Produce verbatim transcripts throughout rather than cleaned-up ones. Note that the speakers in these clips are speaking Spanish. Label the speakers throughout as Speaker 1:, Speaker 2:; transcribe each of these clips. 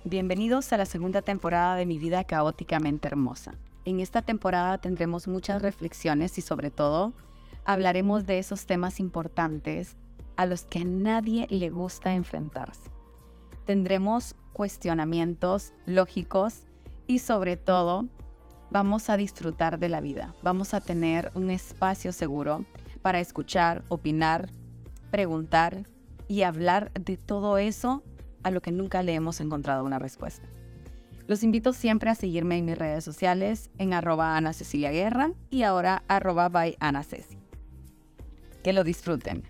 Speaker 1: Bienvenidos a la segunda temporada de Mi Vida Caóticamente Hermosa. En esta temporada tendremos muchas reflexiones y sobre todo hablaremos de esos temas importantes a los que a nadie le gusta enfrentarse. Tendremos cuestionamientos lógicos y sobre todo vamos a disfrutar de la vida. Vamos a tener un espacio seguro para escuchar, opinar, preguntar y hablar de todo eso a lo que nunca le hemos encontrado una respuesta. Los invito siempre a seguirme en mis redes sociales en arroba Ana Cecilia Guerra y ahora arroba by Ana Ceci. Que lo disfruten.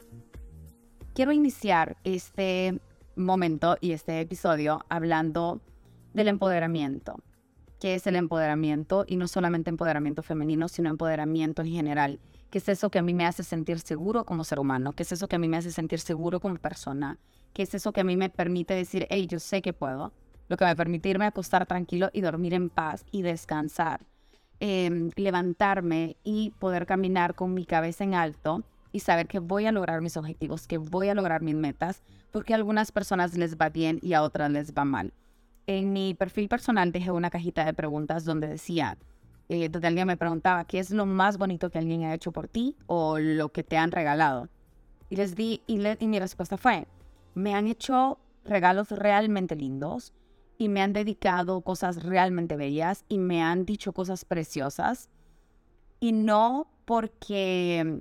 Speaker 1: Quiero iniciar este momento y este episodio hablando del empoderamiento. ¿Qué es el empoderamiento? Y no solamente empoderamiento femenino, sino empoderamiento en general. ¿Qué es eso que a mí me hace sentir seguro como ser humano? ¿Qué es eso que a mí me hace sentir seguro como persona? ¿Qué es eso que a mí me permite decir, hey, yo sé que puedo? Lo que me permite irme a acostar tranquilo y dormir en paz y descansar. Eh, levantarme y poder caminar con mi cabeza en alto y saber que voy a lograr mis objetivos, que voy a lograr mis metas, porque a algunas personas les va bien y a otras les va mal. En mi perfil personal dejé una cajita de preguntas donde decía, eh, donde alguien me preguntaba, ¿qué es lo más bonito que alguien ha hecho por ti o lo que te han regalado? Y les di, y, le, y mi respuesta fue, me han hecho regalos realmente lindos y me han dedicado cosas realmente bellas y me han dicho cosas preciosas. Y no porque,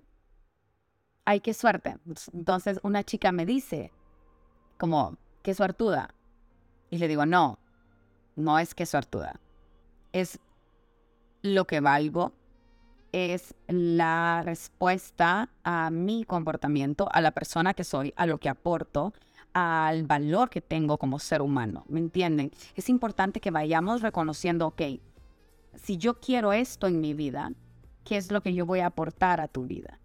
Speaker 1: ay, qué suerte. Entonces una chica me dice, como, qué suertuda. Y le digo, no, no es que suertuda. Es lo que valgo. Es la respuesta a mi comportamiento, a la persona que soy, a lo que aporto, al valor que tengo como ser humano, ¿me entienden? Es importante que vayamos reconociendo, ok, si yo quiero esto en mi vida, ¿qué es lo que yo voy a aportar a tu vida?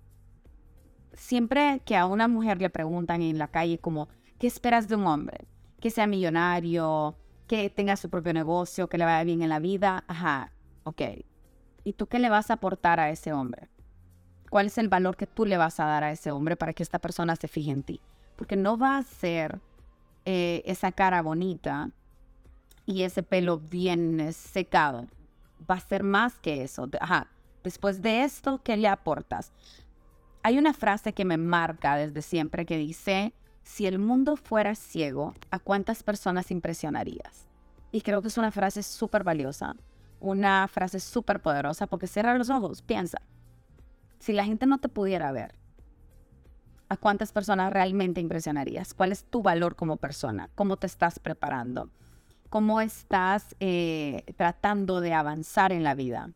Speaker 1: Siempre que a una mujer le preguntan en la calle como, ¿qué esperas de un hombre? Que sea millonario, que tenga su propio negocio, que le vaya bien en la vida. Ajá, ok. ¿Y tú qué le vas a aportar a ese hombre? ¿Cuál es el valor que tú le vas a dar a ese hombre para que esta persona se fije en ti? Porque no va a ser eh, esa cara bonita y ese pelo bien eh, secado. Va a ser más que eso. Ajá. Después de esto, ¿qué le aportas? Hay una frase que me marca desde siempre que dice, si el mundo fuera ciego, ¿a cuántas personas impresionarías? Y creo que es una frase súper valiosa, una frase súper poderosa, porque cierra los ojos, piensa. Si la gente no te pudiera ver, ¿a cuántas personas realmente impresionarías? ¿Cuál es tu valor como persona? ¿Cómo te estás preparando? ¿Cómo estás eh, tratando de avanzar en la vida?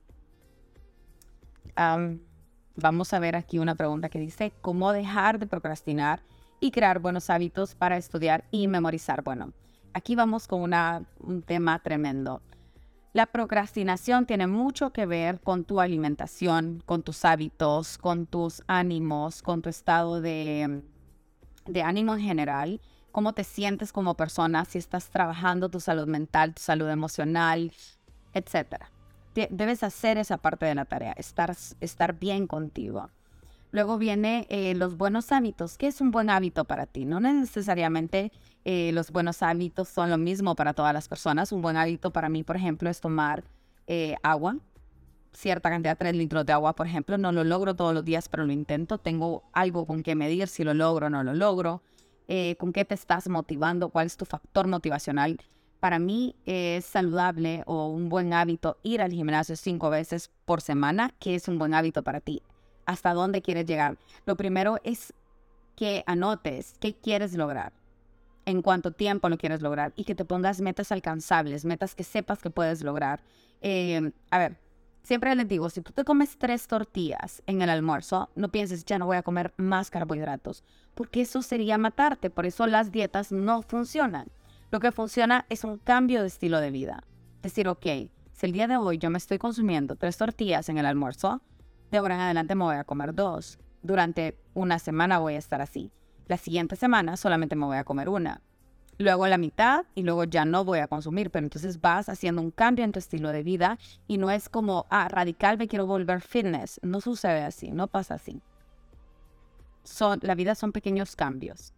Speaker 1: Um, vamos a ver aquí una pregunta que dice, ¿cómo dejar de procrastinar y crear buenos hábitos para estudiar y memorizar? Bueno, aquí vamos con una, un tema tremendo. La procrastinación tiene mucho que ver con tu alimentación, con tus hábitos, con tus ánimos, con tu estado de, de ánimo en general, cómo te sientes como persona, si estás trabajando tu salud mental, tu salud emocional, etcétera. Debes hacer esa parte de la tarea, estar, estar bien contigo. Luego viene eh, los buenos hábitos. ¿Qué es un buen hábito para ti? No necesariamente eh, los buenos hábitos son lo mismo para todas las personas. Un buen hábito para mí, por ejemplo, es tomar eh, agua, cierta cantidad, tres litros de agua, por ejemplo. No lo logro todos los días, pero lo intento. Tengo algo con que medir si lo logro o no lo logro. Eh, ¿Con qué te estás motivando? ¿Cuál es tu factor motivacional? Para mí es saludable o un buen hábito ir al gimnasio cinco veces por semana. ¿Qué es un buen hábito para ti? ¿Hasta dónde quieres llegar? Lo primero es que anotes qué quieres lograr, en cuánto tiempo lo quieres lograr y que te pongas metas alcanzables, metas que sepas que puedes lograr. Eh, a ver, siempre les digo, si tú te comes tres tortillas en el almuerzo, no pienses, ya no voy a comer más carbohidratos, porque eso sería matarte. Por eso las dietas no funcionan. Lo que funciona es un cambio de estilo de vida. Decir, ok, si el día de hoy yo me estoy consumiendo tres tortillas en el almuerzo, de ahora en adelante me voy a comer dos. Durante una semana voy a estar así. La siguiente semana solamente me voy a comer una. Luego la mitad y luego ya no voy a consumir. Pero entonces vas haciendo un cambio en tu estilo de vida y no es como, ah, radical, me quiero volver fitness. No sucede así, no pasa así. Son, la vida son pequeños cambios.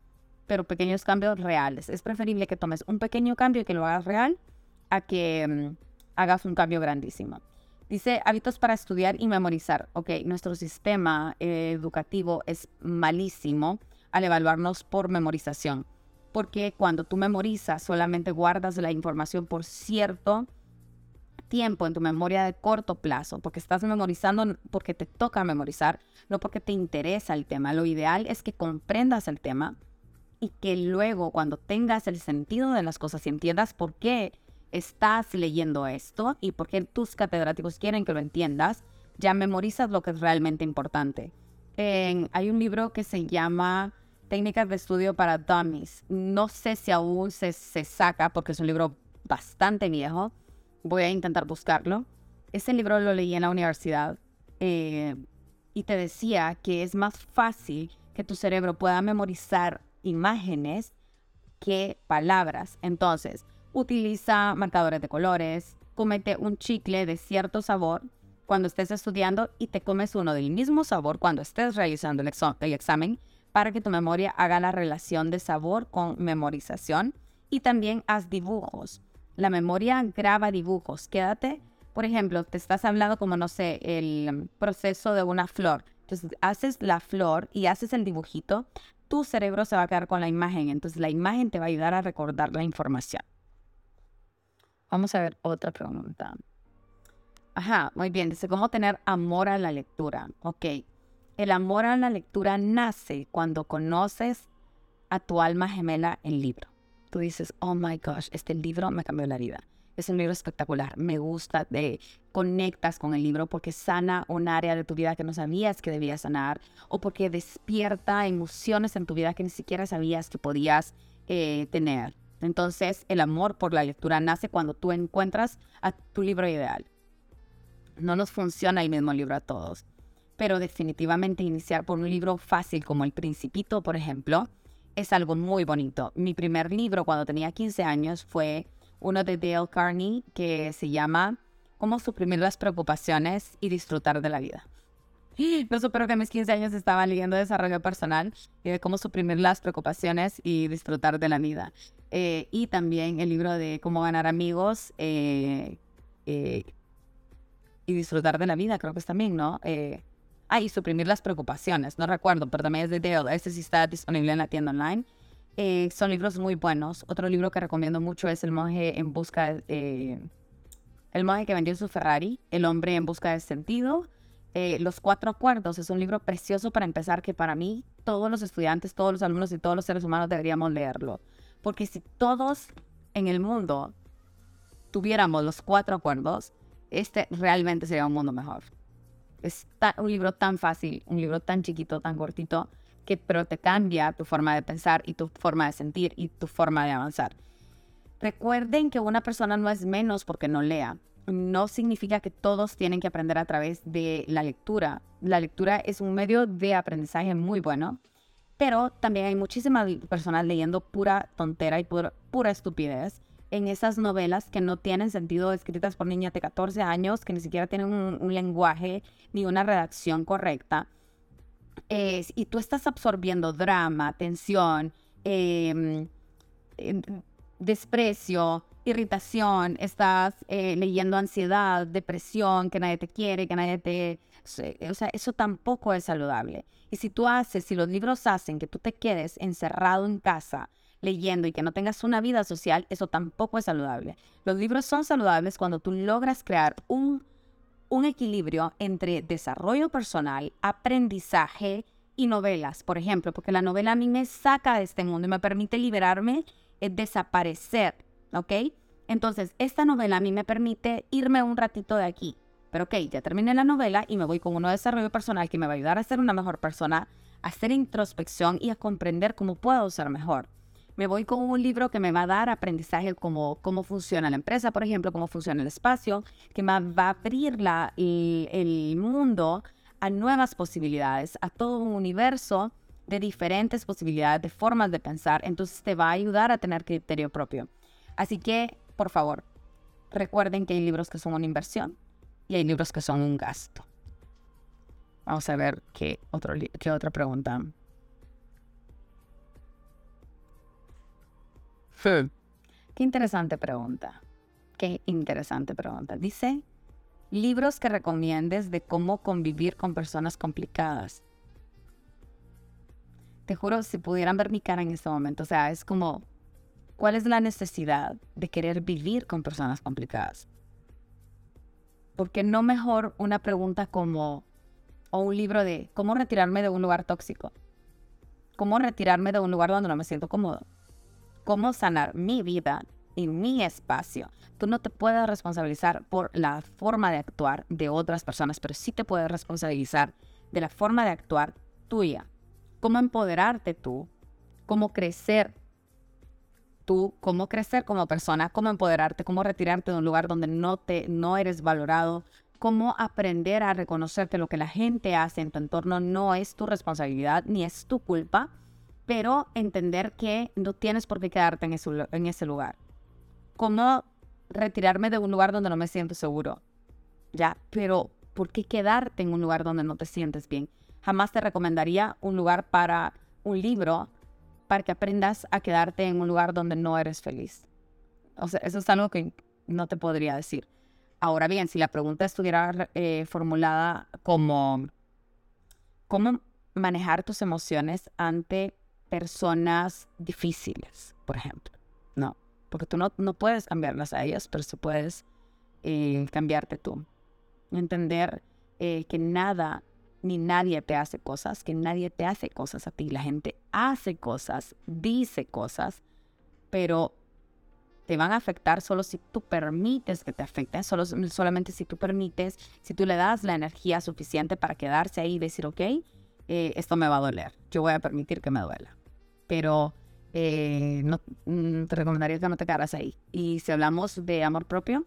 Speaker 1: pero pequeños cambios reales. Es preferible que tomes un pequeño cambio y que lo hagas real a que um, hagas un cambio grandísimo. Dice, hábitos para estudiar y memorizar. Ok, nuestro sistema eh, educativo es malísimo al evaluarnos por memorización, porque cuando tú memorizas solamente guardas la información por cierto tiempo en tu memoria de corto plazo, porque estás memorizando porque te toca memorizar, no porque te interesa el tema. Lo ideal es que comprendas el tema y que luego cuando tengas el sentido de las cosas y entiendas por qué estás leyendo esto y por qué tus catedráticos quieren que lo entiendas, ya memorizas lo que es realmente importante. Eh, hay un libro que se llama Técnicas de Estudio para Dummies. No sé si aún se, se saca porque es un libro bastante viejo. Voy a intentar buscarlo. Ese libro lo leí en la universidad eh, y te decía que es más fácil que tu cerebro pueda memorizar imágenes que palabras. Entonces, utiliza marcadores de colores, cómete un chicle de cierto sabor cuando estés estudiando y te comes uno del mismo sabor cuando estés realizando el, exo- el examen para que tu memoria haga la relación de sabor con memorización. Y también haz dibujos. La memoria graba dibujos. Quédate, por ejemplo, te estás hablando como, no sé, el proceso de una flor. Entonces, haces la flor y haces el dibujito. Tu cerebro se va a quedar con la imagen. Entonces, la imagen te va a ayudar a recordar la información. Vamos a ver otra pregunta. Ajá, muy bien. Dice, ¿cómo tener amor a la lectura? Ok. El amor a la lectura nace cuando conoces a tu alma gemela en libro. Tú dices, oh my gosh, este libro me cambió la vida. Es un libro espectacular. Me gusta, de, conectas con el libro porque sana un área de tu vida que no sabías que debías sanar o porque despierta emociones en tu vida que ni siquiera sabías que podías eh, tener. Entonces, el amor por la lectura nace cuando tú encuentras a tu libro ideal. No nos funciona el mismo libro a todos, pero definitivamente iniciar por un libro fácil como El Principito, por ejemplo, es algo muy bonito. Mi primer libro cuando tenía quince años fue uno de Dale Carnegie que se llama Cómo suprimir las preocupaciones y disfrutar de la vida. No supero que a mis quince años estaba leyendo desarrollo personal y de cómo suprimir las preocupaciones y disfrutar de la vida. Eh, y también el libro de Cómo ganar amigos eh, eh, y disfrutar de la vida, creo que es también, ¿no? Eh, ah, y suprimir las preocupaciones, no recuerdo, pero también es de Dale. Este sí está disponible en la tienda online. Eh, son libros muy buenos. Otro libro que recomiendo mucho es El monje en busca de... Eh, El monje que vendió su Ferrari, El hombre en busca de sentido. Eh, Los Cuatro Acuerdos es un libro precioso para empezar que para mí todos los estudiantes, todos los alumnos y todos los seres humanos deberíamos leerlo. Porque si todos en el mundo tuviéramos los cuatro acuerdos, este realmente sería un mundo mejor. Es ta- un libro tan fácil, un libro tan chiquito, tan cortito, que pero te cambia tu forma de pensar y tu forma de sentir y tu forma de avanzar. Recuerden que una persona no es menos porque no lea. No significa que todos tienen que aprender a través de la lectura. La lectura es un medio de aprendizaje muy bueno, pero también hay muchísimas personas leyendo pura tontera y pura, pura estupidez en esas novelas que no tienen sentido, escritas por niñas de catorce años, que ni siquiera tienen un, un lenguaje ni una redacción correcta. Eh, y tú estás absorbiendo drama, tensión, eh, eh, desprecio, irritación, estás eh, leyendo ansiedad, depresión, que nadie te quiere, que nadie te... O sea, eso tampoco es saludable. Y si tú haces, si los libros hacen que tú te quedes encerrado en casa leyendo y que no tengas una vida social, eso tampoco es saludable. Los libros son saludables cuando tú logras crear un, un equilibrio entre desarrollo personal, aprendizaje y novelas, por ejemplo, porque la novela a mí me saca de este mundo y me permite liberarme, eh, desaparecer, ¿ok? Entonces, esta novela a mí me permite irme un ratito de aquí. Pero ok, ya terminé la novela y me voy con uno de desarrollo personal que me va a ayudar a ser una mejor persona, a hacer introspección y a comprender cómo puedo ser mejor. Me voy con un libro que me va a dar aprendizaje como cómo funciona la empresa, por ejemplo, cómo funciona el espacio, que me va a abrir la, el, el mundo a nuevas posibilidades, a todo un universo de diferentes posibilidades, de formas de pensar. Entonces te va a ayudar a tener criterio propio. Así que, por favor, recuerden que hay libros que son una inversión y hay libros que son un gasto. Vamos a ver qué, otro, qué otra pregunta. Hmm. Qué interesante pregunta. Qué interesante pregunta. Dice, libros que recomiendes de cómo convivir con personas complicadas. Te juro, si pudieran ver mi cara en este momento, o sea, es como, ¿cuál es la necesidad de querer vivir con personas complicadas? ¿Por qué no mejor una pregunta como, o un libro de cómo retirarme de un lugar tóxico? ¿Cómo retirarme de un lugar donde no me siento cómodo? ¿Cómo sanar mi vida y mi espacio? Tú no te puedes responsabilizar por la forma de actuar de otras personas, pero sí te puedes responsabilizar de la forma de actuar tuya. Cómo empoderarte tú, cómo crecer tú, cómo crecer como persona, cómo empoderarte, cómo retirarte de un lugar donde no, te, no eres valorado, cómo aprender a reconocer que lo que la gente hace en tu entorno no es tu responsabilidad ni es tu culpa, pero entender que no tienes por qué quedarte en ese, en ese lugar. Cómo retirarme de un lugar donde no me siento seguro, ya, pero ¿por qué quedarte en un lugar donde no te sientes bien? Jamás te recomendaría un lugar para un libro para que aprendas a quedarte en un lugar donde no eres feliz. O sea, eso es algo que no te podría decir. Ahora bien, si la pregunta estuviera eh, formulada como ¿cómo manejar tus emociones ante personas difíciles, por ejemplo? No, porque tú no, no puedes cambiarlas a ellas, pero sí puedes eh, cambiarte tú. Entender eh, que nada ni nadie te hace cosas, que nadie te hace cosas a ti. La gente hace cosas, dice cosas, pero te van a afectar solo si tú permites que te afecten, solo, solamente si tú permites, si tú le das la energía suficiente para quedarse ahí y decir, ok, eh, esto me va a doler, yo voy a permitir que me duela. Pero eh, no, te recomendaría que no te quedaras ahí. Y si hablamos de amor propio,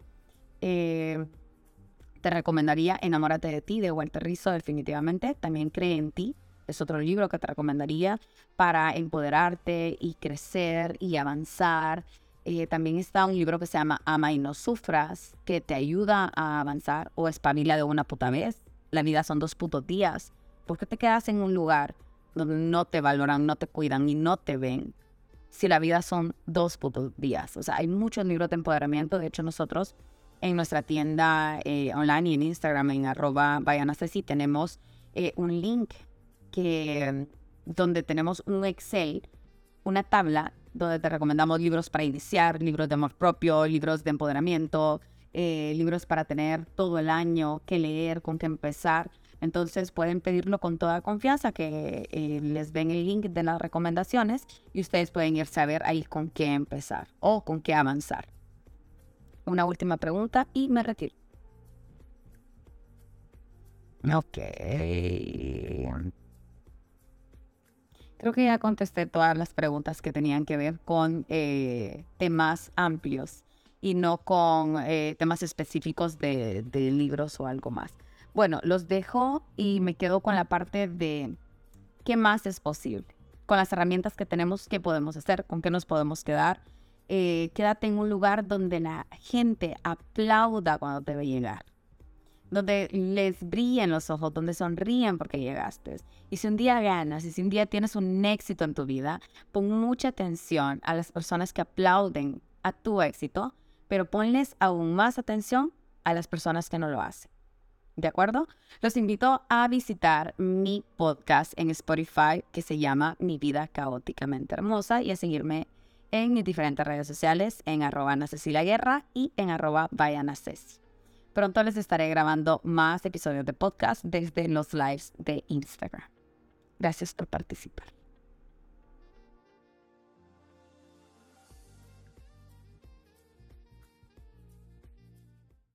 Speaker 1: eh, te recomendaría Enamórate de ti, de Walter Rizzo, definitivamente. También Cree en ti. Es otro libro que te recomendaría para empoderarte y crecer y avanzar. Eh, también está un libro que se llama Ama y no sufras, que te ayuda a avanzar, o Espabila de una puta vez. La vida son dos putos días. ¿Por qué te quedas en un lugar donde no te valoran, no te cuidan y no te ven? Si la vida son dos putos días. O sea, hay muchos libros de empoderamiento. De hecho, nosotros en nuestra tienda eh, online y en Instagram, en arroba vayanacesi, tenemos eh, un link que, donde tenemos un Excel, una tabla donde te recomendamos libros para iniciar, libros de amor propio, libros de empoderamiento, eh, libros para tener todo el año, qué leer, con qué empezar. Entonces pueden pedirlo con toda confianza, que eh, les den el link de las recomendaciones y ustedes pueden irse a ver ahí con qué empezar o con qué avanzar. Una última pregunta y me retiro. Ok. Creo que ya contesté todas las preguntas que tenían que ver con eh, temas amplios y no con eh, temas específicos de, de libros o algo más. Bueno, los dejo y me quedo con la parte de qué más es posible. Con las herramientas que tenemos, qué podemos hacer, con qué nos podemos quedar. Eh, quédate en un lugar donde la gente aplauda cuando te ve llegar, donde les brillen los ojos, donde sonríen porque llegaste. Y si un día ganas, y si un día tienes un éxito en tu vida, pon mucha atención a las personas que aplauden a tu éxito, pero ponles aún más atención a las personas que no lo hacen. ¿De acuerdo? Los invito a visitar mi podcast en Spotify que se llama Mi Vida Caóticamente Hermosa y a seguirme en mis diferentes redes sociales en arroba Ana Cecilia Guerra y en arroba vayanacesi. Pronto les estaré grabando más episodios de podcast desde los lives de Instagram. Gracias por participar.